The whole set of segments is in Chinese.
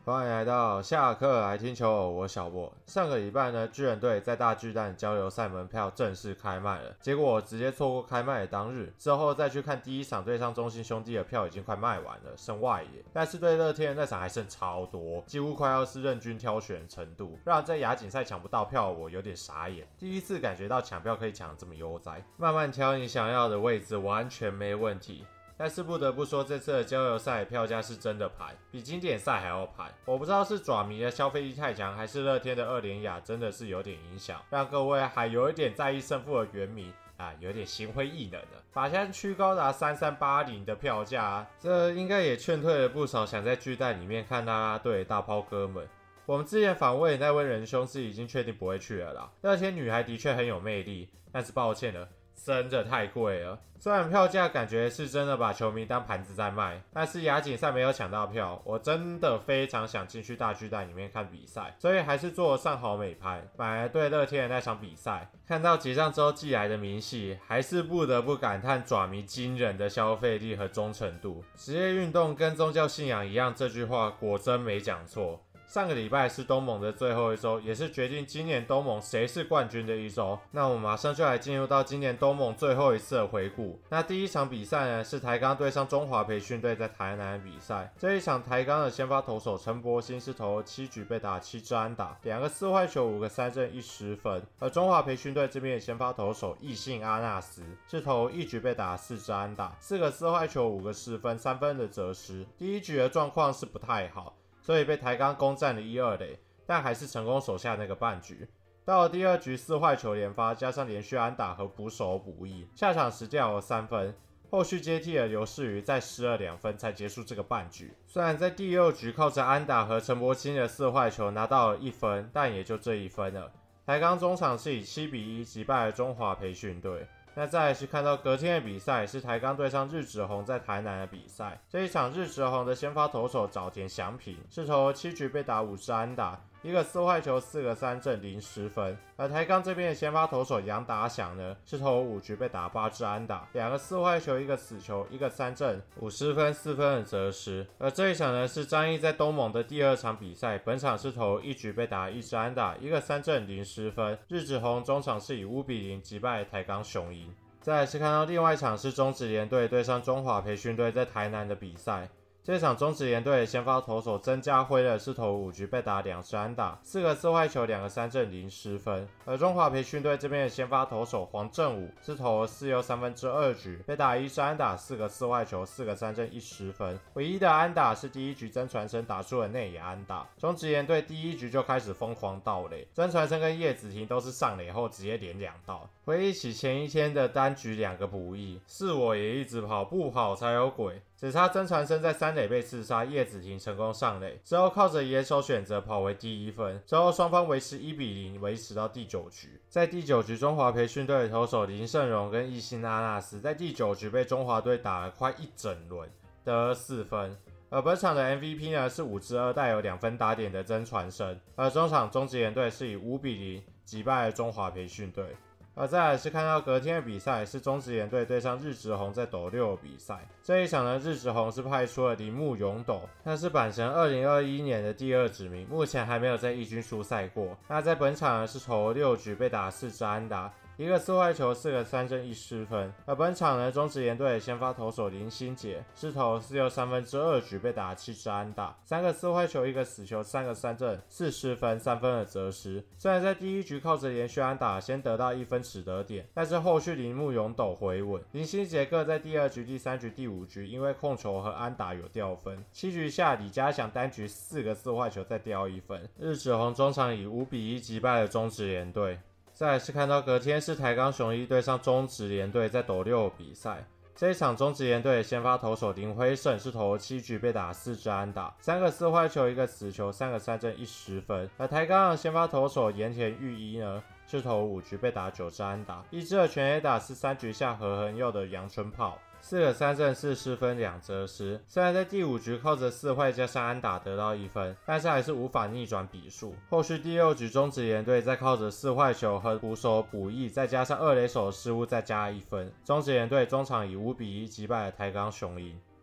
欢迎来到下课来听球，我小博。上个礼拜呢，巨人队在大巨蛋交流赛门票正式开卖了，结果我直接错过开卖的当日，之后再去看第一场对上中信兄弟的票已经快卖完了，剩外野。但是对乐天的那场还剩超多，几乎快要是任君挑选的程度，让在亚锦赛抢不到票我有点傻眼。第一次感觉到抢票可以抢得这么悠哉，慢慢挑你想要的位置完全没问题。但是不得不说，这次的交流赛票价是真的排，比经典赛还要排。我不知道是爪迷的消费力太强，还是乐天的二连亚真的是有点影响，让各位还有一点在意胜负的原迷有点心灰意冷了。法香区高达3380的票价，这应该也劝退了不少想在巨蛋里面看啦啦队的大炮哥们。我们之前访问的那位仁兄是已经确定不会去了啦。乐天女孩的确很有魅力，但是抱歉了。真的太贵了，虽然票价感觉是真的把球迷当盘子在卖，但是亚锦赛没有抢到票，我真的非常想进去大巨蛋里面看比赛，所以还是做上好美拍，买了对乐天的那场比赛。看到结账之后寄来的明细，还是不得不感叹爪迷惊人的消费力和忠诚度。职业运动跟宗教信仰一样，这句话果真没讲错。上个礼拜是东盟的最后一周，也是决定今年东盟谁是冠军的一周。那我们马上就来进入到今年东盟最后一次的回顾。那第一场比赛呢，是台钢对上中华培训队在台南的比赛。这一场台钢的先发投手陈柏兴是投7局被打7支安打，2个4坏球，5个3振1失分。而中华培训队这边的先发投手易信阿纳斯是投1局被打4支安打，4个4坏球，5个失分，3分的责失。第一局的状况是不太好，所以被台钢攻占了1-2垒，但还是成功守下那个半局。到了第二局4坏球连发，加上连续安打和捕手补役，下场时掉了3分。后续接替了刘世瑜，再失了2分才结束这个半局。虽然在第6局靠着安打和陈柏青的4坏球拿到了1分，但也就这1分了。台钢中场是以7-1击败了中华培训队。那再来是看到隔天的比赛，是台钢对上日职红在台南的比赛。这一场日职红的先发投手早田翔平是投7局被打5支安打，1个4坏球，4个3振0失分。而台钢这边的先发投手杨达祥呢，是投5局被打8支安打，2个4坏球，1个死球，1个3振5失分4分的责失。而这一场呢是张毅在东盟的第2场比赛，本场是投1局被打1支安打，1个3振0失分。日职红中场是以5-0击败台钢雄鹰。再来是看到另外一场是中职联队对上中华培训队在台南的比赛。这场中职联队的先发投手曾家辉的是投5局被打2支安打，4个4坏球，2个3振0失分。而中华培训队这边的先发投手黄正武是投4又2/3局被打1支安打，4个4坏球，4个3振1失分。唯一的安打是第1局曾传生打出了内野安打。中职联队第1局就开始疯狂盗垒，曾传生跟叶子婷都是上垒后直接连2盗。回忆起前一天的单局2个补役，是我也一直跑，不跑才有鬼。只差曾传生在3垒被刺杀，叶子婷成功上垒，之后靠着野手选择跑回第1分，之后双方维持1-0，维持到第9局。在第9局，中华培训队的投手林胜荣跟易信阿纳斯在第9局被中华队打了快1整轮，得了4分。而本场的 MVP 呢是5支2带有2分打点的曾传生，而中场中职联队是以5-0击败了中华培训队。而再来是看到隔天的比赛，是中职联队对上日职红在斗六的比赛。这一场呢，日职红是派出了铃木勇斗，他是阪神2021年的第2指名，目前还没有在一军出赛过。那在本场呢是投6局被打4支安打，1个4坏球，4个3振1失分。而本场呢，中职联队的先发投手林心杰是投4又2/3局被打7支安打，3个4坏球，1个死球，3个3振4失分3分的责失。虽然在第1局靠着连续安打先得到1分取得点，但是后续铃木勇斗回稳，林心杰各在第2局、第3局、第5局因为控球和安打有掉分。7局下，李家祥单局4个4坏球再掉1分，日职红中场以5-1击败了中职联队。再来是看到隔天是台钢雄鹰对上中职联队在斗六比赛。这一场中职联队的先发投手林辉胜是投7局被打4支安打，3个4坏球，1个死球，3个3振1失分。而台钢的先发投手盐田裕一呢是投5局被打9支安打，1支的全垒打是3局下何恒佑的阳春炮，4个3振4失分2责失。虽然在第5局靠着4坏加上安打得到1分，但是还是无法逆转比数。后续第6局中职联队再靠着4坏球和捕手补役，再加上2垒手的失误再加1分，中职联队中场以5-1击败了台钢雄鹰。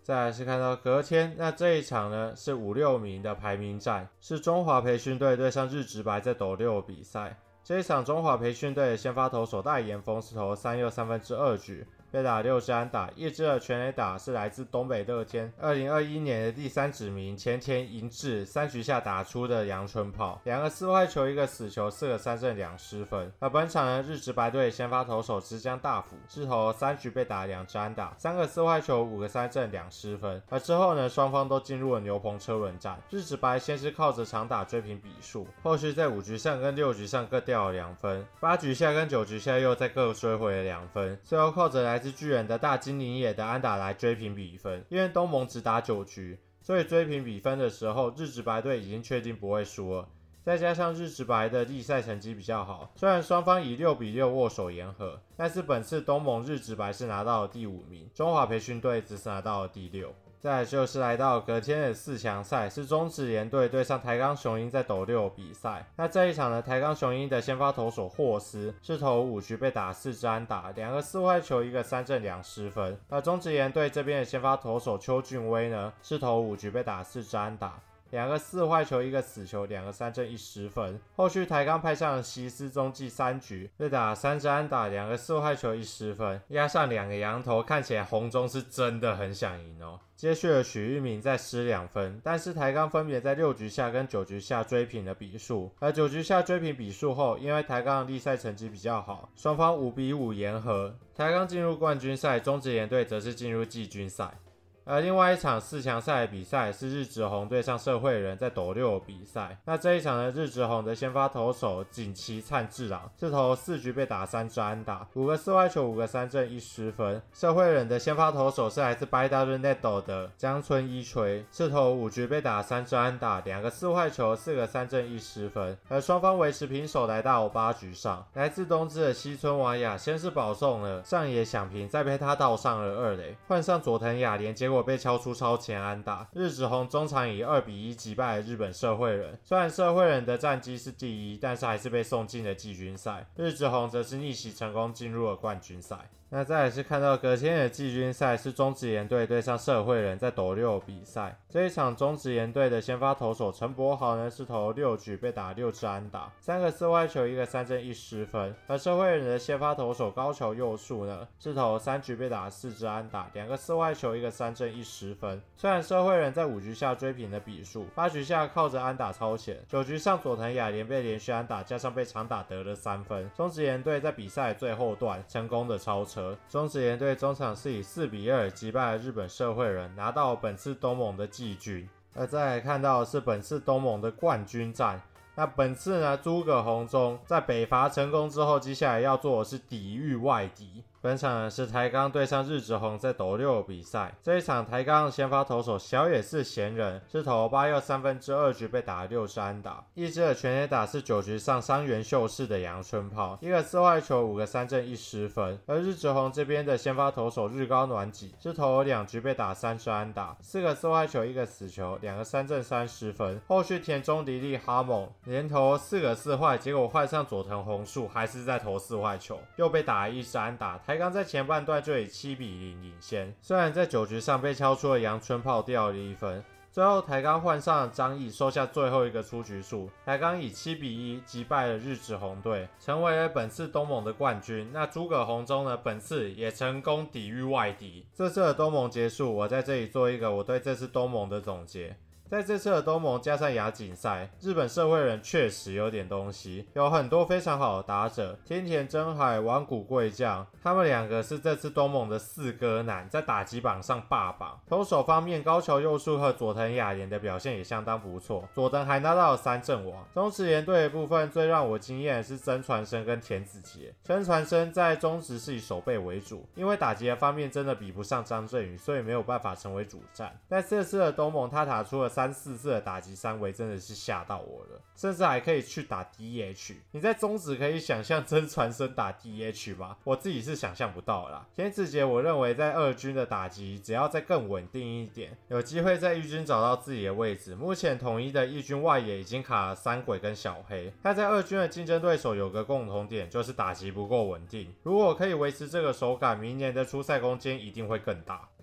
再来是看到隔天，那这一场呢是5-6名的排名战，是中华培训队对上日职白在斗六比赛。这一场中华培训队的先发投手戴延峰是投3又2/3局，被打6支安打，一支的全垒打是来自东北乐天2021年的第3指名前田银志3局下打出的阳春炮，2个4坏球1个死球，4个3振2失分。而本场呢，日职白队先发投手之江大辅是投3局被打2支安打，3个4坏球5个3振2失分。而之后呢，双方都进入了牛棚车轮战，日职白先是靠着长打追平比数，后续在5局上跟6局上各掉了2分，8局下跟9局下又再各追回了2分，最后靠着来自巨人的大金林野的安打来追平比分。因为东盟只打9局，所以追平比分的时候，日职白队已经确定不会输了。再加上日职白的例赛成绩比较好，虽然双方以6-6握手言和，但是本次东盟日职白是拿到了第5名，中华培训队只是拿到了第6。再来就是来到隔天的4强赛，是中职联队对上台钢雄鹰在斗六比赛。那这一场呢，台钢雄鹰的先发投手霍斯是投5局被打4支安打，2个4坏球1个3振2失分。而中职联队这边的先发投手邱俊威呢，是投5局被打4支安打，2个4坏球1个死球，2个3振1失分。后续台钢派上了西斯中继3局被打3支安打，2个4坏球1失分，压上2个洋投，看起来红中是真的很想赢哦。接续了许玉明再失2分，但是台钢分别在6局下跟9局下追平了比数。而9局下追平比数后，因为台钢的例赛成绩比较好，双方5-5言和，台钢进入冠军赛，中职联队则是进入季军赛。而另外一场4强赛的比赛是日职红对上社会人在斗六比赛。那这一场呢，日职红的先发投手锦旗灿治郎是投4局被打3支安打，5个4坏球5个3振1失分。社会人的先发投手是来自白大润 Netto 的江村一锤，是投5局被打3支安打，2个4坏球4个3振1失分。而双方维持平手来到8局上，来自东芝的西村瓦雅先是保送了上野响平，再被他盗上了2垒，换上佐藤雅莲，结果被敲出超前安打，日职红中场以2-1击败了日本社会人。虽然社会人的战绩是第1，但是还是被送进了季军赛。日职红则是逆袭成功进入了冠军赛。那再来是看到隔天的季军赛是中职联队对上社会人在斗六比赛。这一场中职联队的先发投手陈柏豪呢是投6局被打6支安打，3个4坏球1个3振1失分。而社会人的先发投手高桥佑树呢是投3局被打4支安打，2个4坏球1个3振1失分。虽然社会人在5局下追平了比数，8局下靠着安打超前，9局上佐藤雅莲被连续安打加上被长打得了3分，中职联队在比赛最后段成功的超车。中职联队中场是以4-2击败了日本社会人，拿到本次东盟的季军。而再来看到的是本次东盟的冠军战。那本次呢，诸葛红中在北伐成功之后，接下来要做的是抵御外敌。本场呢是台钢对上日职红在斗六比赛。这一场台钢先发投手小野寺贤人是投8又2/3局被打6支安打，一支的全垒打是9局上伤员秀士的阳春炮，1个4坏球5个3振1失分。而日职红这边的先发投手日高暖己是投2局被打3支安打，4个4坏球1个死球，2个3振3失分。后续田中梨利哈蒙连投4个4坏，结果换上佐藤红树还是在投4坏球，又被打了1支安打。台钢在前半段就以7-0领先，虽然在9局上被敲出了阳春炮掉了1分，最后台钢换上了张毅收下最后一个出局数，台钢以7-1击败了日职红队，成为了本次东盟的冠军。那诸葛红中呢，本次也成功抵御外敌。这次的东盟结束，我在这里做一个我对这次东盟的总结。在这次的东盟加上亚锦赛，日本社会人确实有点东西，有很多非常好的打者，天田真海、丸谷贵将，他们2个是这次东盟的4哥男，在打击榜上霸榜。投手方面，高桥佑树和佐藤雅莲的表现也相当不错，佐藤还拿到了3阵王。中职联队的部分最让我惊艳的是曾传生跟田子杰。曾传生在中职是以守备为主，因为打击的方面真的比不上张振宇，所以没有办法成为主战。但这次的东盟他打出了3-4次的打击3围，真的是吓到我了，甚至还可以去打 DH。 你在中职可以想象曾传生打 DH 吗？我自己是想象不到啦。田子杰我认为在二军的打击只要再更稳定一点，有机会在一军找到自己的位置。目前统一的一军外野已经卡了三鬼跟小黑，他在二军的竞争对手有个共同点，就是打击不够稳定。如果可以维持这个手感，明年的出赛空间一定会更大。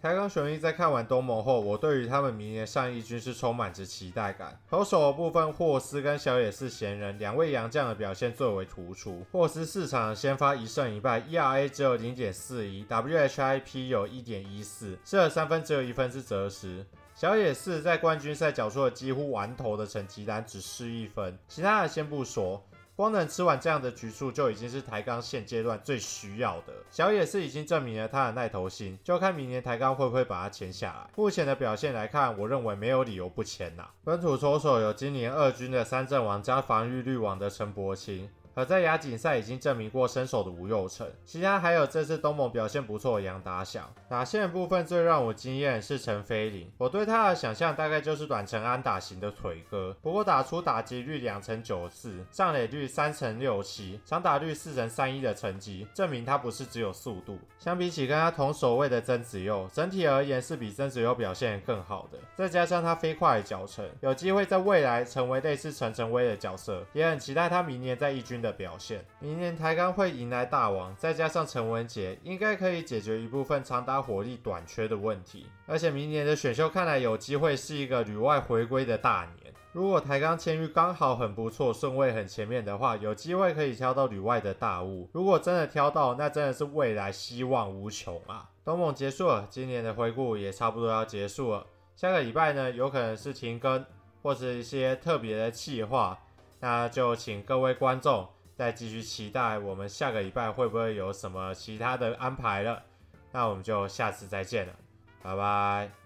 台钢雄鹰在看完东盟后，我对于他们明年上一军是充满着期待感。投手的部分，霍斯跟小野寺贤人两位洋将的表现最为突出。霍斯4场先发1胜1败 ，ERA 只有 0.41，WHIP 有 1.14， 失了3分只有1分是责失。小野寺在冠军赛缴出了几乎完投的成绩单，只失1分。其他的先不说。光能吃完这样的局数就已经是台钢现阶段最需要的。小野寺已经证明了他的耐投性，就看明年台钢会不会把他签下来。目前的表现来看，我认为没有理由不签啦。本土投手有今年2军的3阵王加防御率王的陈柏青。而在亚锦赛已经证明过身手的吴佑成，其他还有这次东盟表现不错的杨达祥。打线的部分最让我惊艳是陈飞林，我对他的想象大概就是短程安打型的腿哥，不过打出打击率2成94%，上垒率3成67%，长打率4成31%的成绩，证明他不是只有速度。相比起跟他同守卫的曾子佑，整体而言是比曾子佑表现更好的。再加上他飞快的脚程，有机会在未来成为类似陈晨威的角色，也很期待他明年在一军的表现。明年台钢会迎来大王，再加上陈文杰，应该可以解决一部分长打火力短缺的问题。而且明年的选秀看来有机会是一个旅外回归的大年。如果台钢签约刚好很不错，顺位很前面的话，有机会可以挑到旅外的大物。如果真的挑到，那真的是未来希望无穷啊！东盟结束了，今年的回顾也差不多要结束了。下个礼拜呢，有可能是停更或是一些特别的企划，那就请各位观众再继续期待我们下个礼拜会不会有什么其他的安排了。那我们就下次再见了，拜拜。